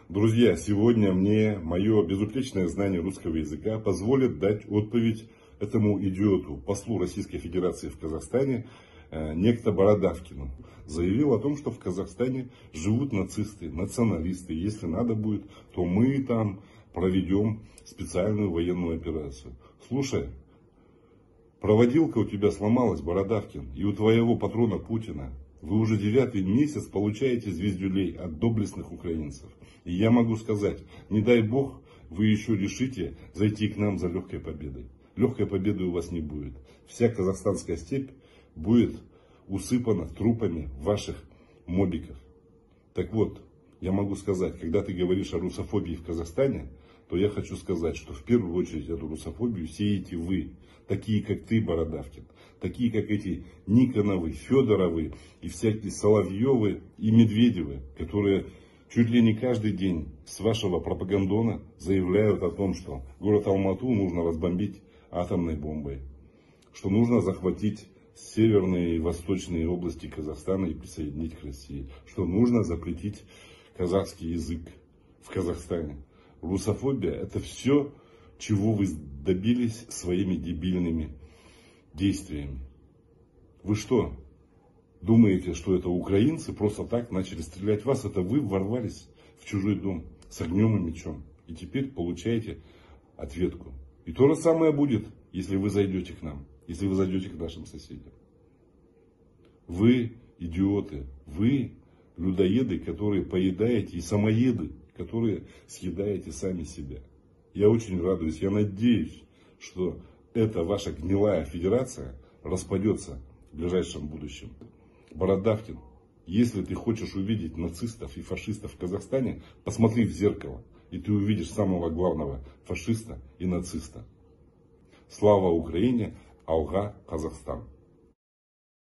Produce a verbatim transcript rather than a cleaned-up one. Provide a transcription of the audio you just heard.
Друзья, сегодня мне мое безупречное знание русского языка позволит дать отповедь этому идиоту, послу Российской Федерации в Казахстане, некто Бородавкину. Заявил о том, что в Казахстане живут нацисты, националисты. Если надо будет, то мы там проведем специальную военную операцию. Слушай, проводилка у тебя сломалась, Бородавкин, и у твоего патрона Путина. Вы уже девятый месяц получаете звездюлей от доблестных украинцев. И я могу сказать, не дай бог, вы еще решите зайти к нам за легкой победой. Легкой победы у вас не будет. Вся казахстанская степь будет усыпана трупами ваших мобиков. Так вот, я могу сказать, когда ты говоришь о русофобии в Казахстане, то я хочу сказать, что в первую очередь эту русофобию сеете вы, такие как ты, Бородавкин, такие как эти Никоновы, Федоровы и всякие Соловьевы и Медведевы, которые чуть ли не каждый день с вашего пропагандона заявляют о том, что город Алмату нужно разбомбить атомной бомбой, что нужно захватить северные и восточные области Казахстана и присоединить к России, что нужно запретить казахский язык в Казахстане. Русофобия – это все, чего вы добились своими дебильными действиями. Вы что, думаете, что это украинцы просто так начали стрелять в вас? Это вы ворвались в чужой дом с огнем и мечом. И теперь получаете ответку. И то же самое будет, если вы зайдете к нам, если вы зайдете к нашим соседям. Вы идиоты, вы людоеды, которые поедаете, и самоеды, которые съедаете сами себя. Я очень радуюсь, я надеюсь, что эта ваша гнилая федерация распадется в ближайшем будущем. Бородавкин, если ты хочешь увидеть нацистов и фашистов в Казахстане, посмотри в зеркало, и ты увидишь самого главного фашиста и нациста. Слава Украине, Алга, Казахстан.